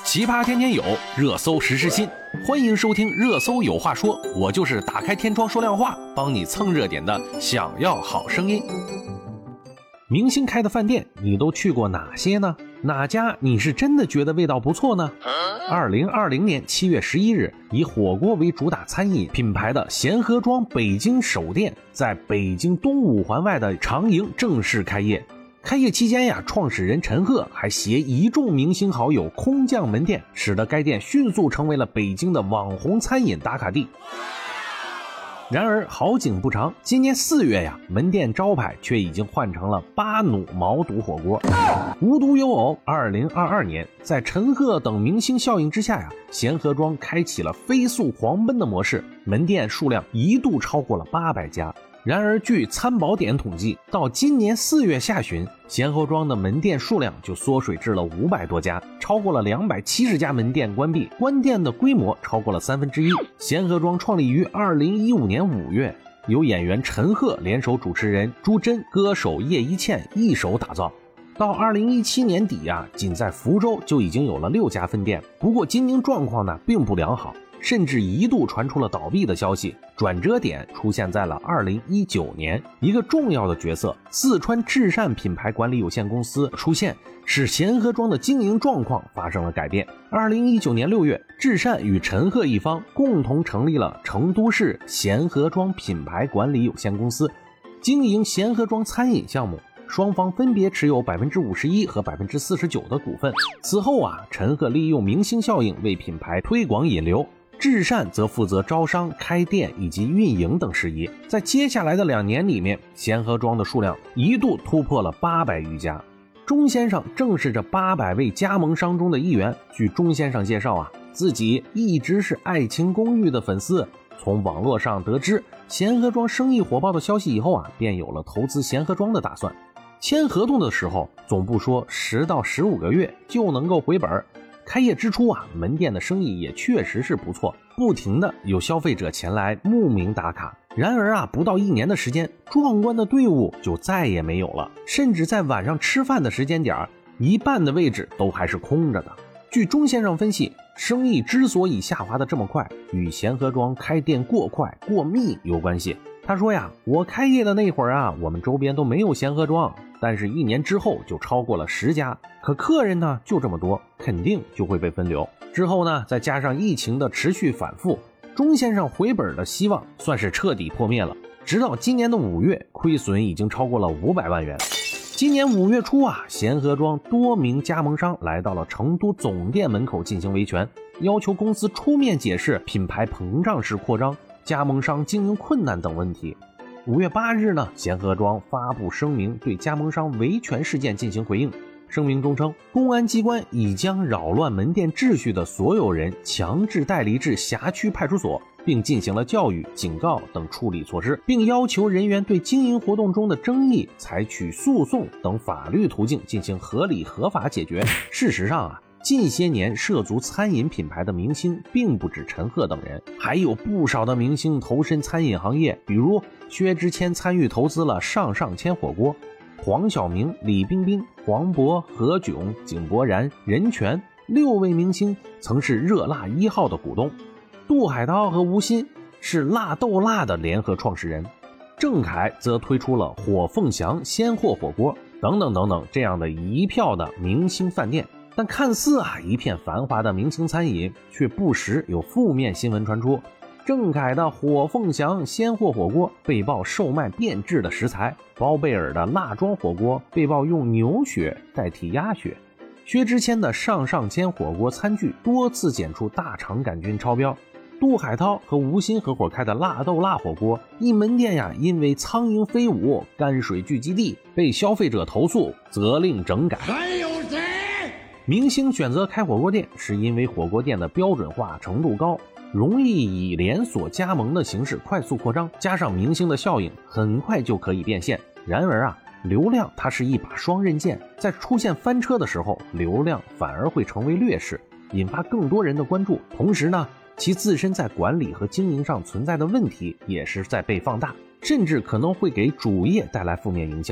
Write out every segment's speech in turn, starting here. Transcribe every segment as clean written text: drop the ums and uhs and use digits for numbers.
奇葩天天有，热搜时时新。欢迎收听热搜有话说，我就是打开天窗说亮话，帮你蹭热点的想要好声音。明星开的饭店你都去过哪些呢？哪家你是真的觉得味道不错呢？2020年7月11日，以火锅为主打餐饮品牌的贤合庄北京首店在北京东五环外的长营正式开业。开业期间呀，创始人陈赫还携一众明星好友空降门店，使得该店迅速成为了北京的网红餐饮打卡地。然而好景不长，今年4月呀，门店招牌却已经换成了巴努毛肚火锅。无独有偶，2022年在陈赫等明星效应之下呀，贤合庄开启了飞速狂奔的模式，门店数量一度超过了800家。然而据参宝点统计，到今年4月下旬，贤合庄的门店数量就缩水至了500多家，超过了270家门店关闭，关店的规模超过了1/3。贤合庄创立于2015年5月，由演员陈赫联手主持人朱桢、歌手叶一茜一手打造。到2017年底呀，仅在福州就已经有了6家分店。不过经营状况呢并不良好，甚至一度传出了倒闭的消息。转折点出现在了2019年，一个重要的角色四川至善品牌管理有限公司出现，使贤合庄的经营状况发生了改变。2019年6月，至善与陈赫一方共同成立了成都市贤合庄品牌管理有限公司，经营贤合庄餐饮项目。双方分别持有51%和49%的股份。此后啊，陈赫利用明星效应为品牌推广引流，至善则负责招商、开店以及运营等事宜。在接下来的2年里面，贤合庄的数量一度突破了800余家。钟先生正是这800位加盟商中的一员。据钟先生介绍啊，自己一直是爱情公寓的粉丝，从网络上得知贤合庄生意火爆的消息以后啊，便有了投资贤合庄的打算。签合同的时候，总部说10到15个月就能够回本。开业之初啊，门店的生意也确实是不错，不停的有消费者前来慕名打卡。然而啊，不到1年的时间，壮观的队伍就再也没有了，甚至在晚上吃饭的时间点，一半的位置都还是空着的。据钟先生分析，生意之所以下滑的这么快，与贤合庄开店过快过密有关系。他说呀，我开业的那会儿啊，我们周边都没有贤合庄，但是1年之后就超过了10家，可客人呢就这么多，肯定就会被分流。之后呢，再加上疫情的持续反复，钟先生回本的希望算是彻底破灭了。直到今年的5月，亏损已经超过了500万元。今年5月初啊，贤合庄多名加盟商来到了成都总店门口进行维权，要求公司出面解释品牌膨胀式扩张、加盟商经营困难等问题。5月8日呢，贤合庄发布声明，对加盟商维权事件进行回应。声明中称，公安机关已将扰乱门店秩序的所有人强制带离至辖区派出所，并进行了教育、警告等处理措施，并要求人员对经营活动中的争议采取诉讼等法律途径进行合理合法解决。事实上啊，近些年涉足餐饮品牌的明星并不止陈赫等人，还有不少的明星投身餐饮行业，比如薛之谦参与投资了上签火锅，黄晓明、李冰冰、黄渤、何炅、井柏然、任泉6位明星曾是热辣1号的股东。杜海涛和吴昕是辣豆辣的联合创始人，郑恺则推出了火凤祥鲜货火锅等等等等这样的一票的明星饭店。但看似啊一片繁华的明星餐饮，却不时有负面新闻传出。郑恺的火凤祥鲜货火锅被曝售卖变质的食材，包贝尔的辣庄火锅被曝用牛血代替鸭血，薛之谦的上签火锅餐具多次检出大肠杆菌超标，杜海涛和吴昕合伙开的辣豆辣火锅一门店呀，因为苍蝇飞舞、泔水聚集地被消费者投诉，责令整改。 还有谁？ 明星选择开火锅店是因为火锅店的标准化程度高，容易以连锁加盟的形式快速扩张，加上明星的效应，很快就可以变现。然而啊，流量它是一把双刃剑，在出现翻车的时候，流量反而会成为劣势，引发更多人的关注。同时呢，其自身在管理和经营上存在的问题也是在被放大，甚至可能会给主业带来负面影响。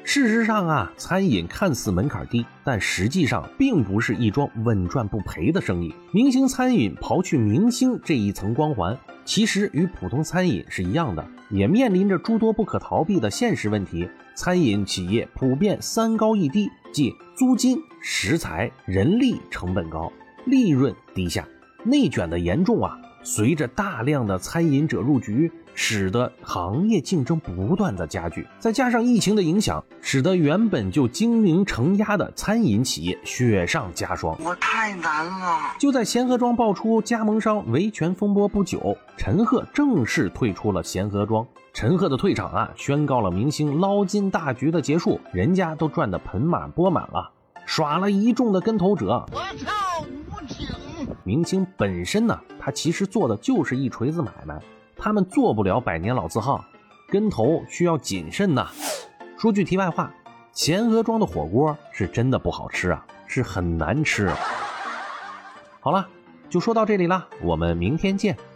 事实上啊，餐饮看似门槛低，但实际上并不是一桩稳赚不赔的生意。明星餐饮刨去明星这一层光环，其实与普通餐饮是一样的，也面临着诸多不可逃避的现实问题。餐饮企业普遍三高一低，即租金、食材、人力成本高，利润低下。内卷的严重啊，随着大量的餐饮者入局，使得行业竞争不断的加剧，再加上疫情的影响，使得原本就经营承压的餐饮企业雪上加霜。 我太难了。 就在贤合庄爆出加盟商维权风波不久，陈赫正式退出了贤合庄。陈赫的退场啊，宣告了明星捞金大局的结束，人家都赚得盆满钵满了，耍了一众的跟投者。 我操，无情！ 明星本身呢，他其实做的就是一锤子买卖，他们做不了百年老字号，跟投需要谨慎呐。说句题外话，贤合庄的火锅是真的不好吃啊，是很难吃。好了，就说到这里了，我们明天见。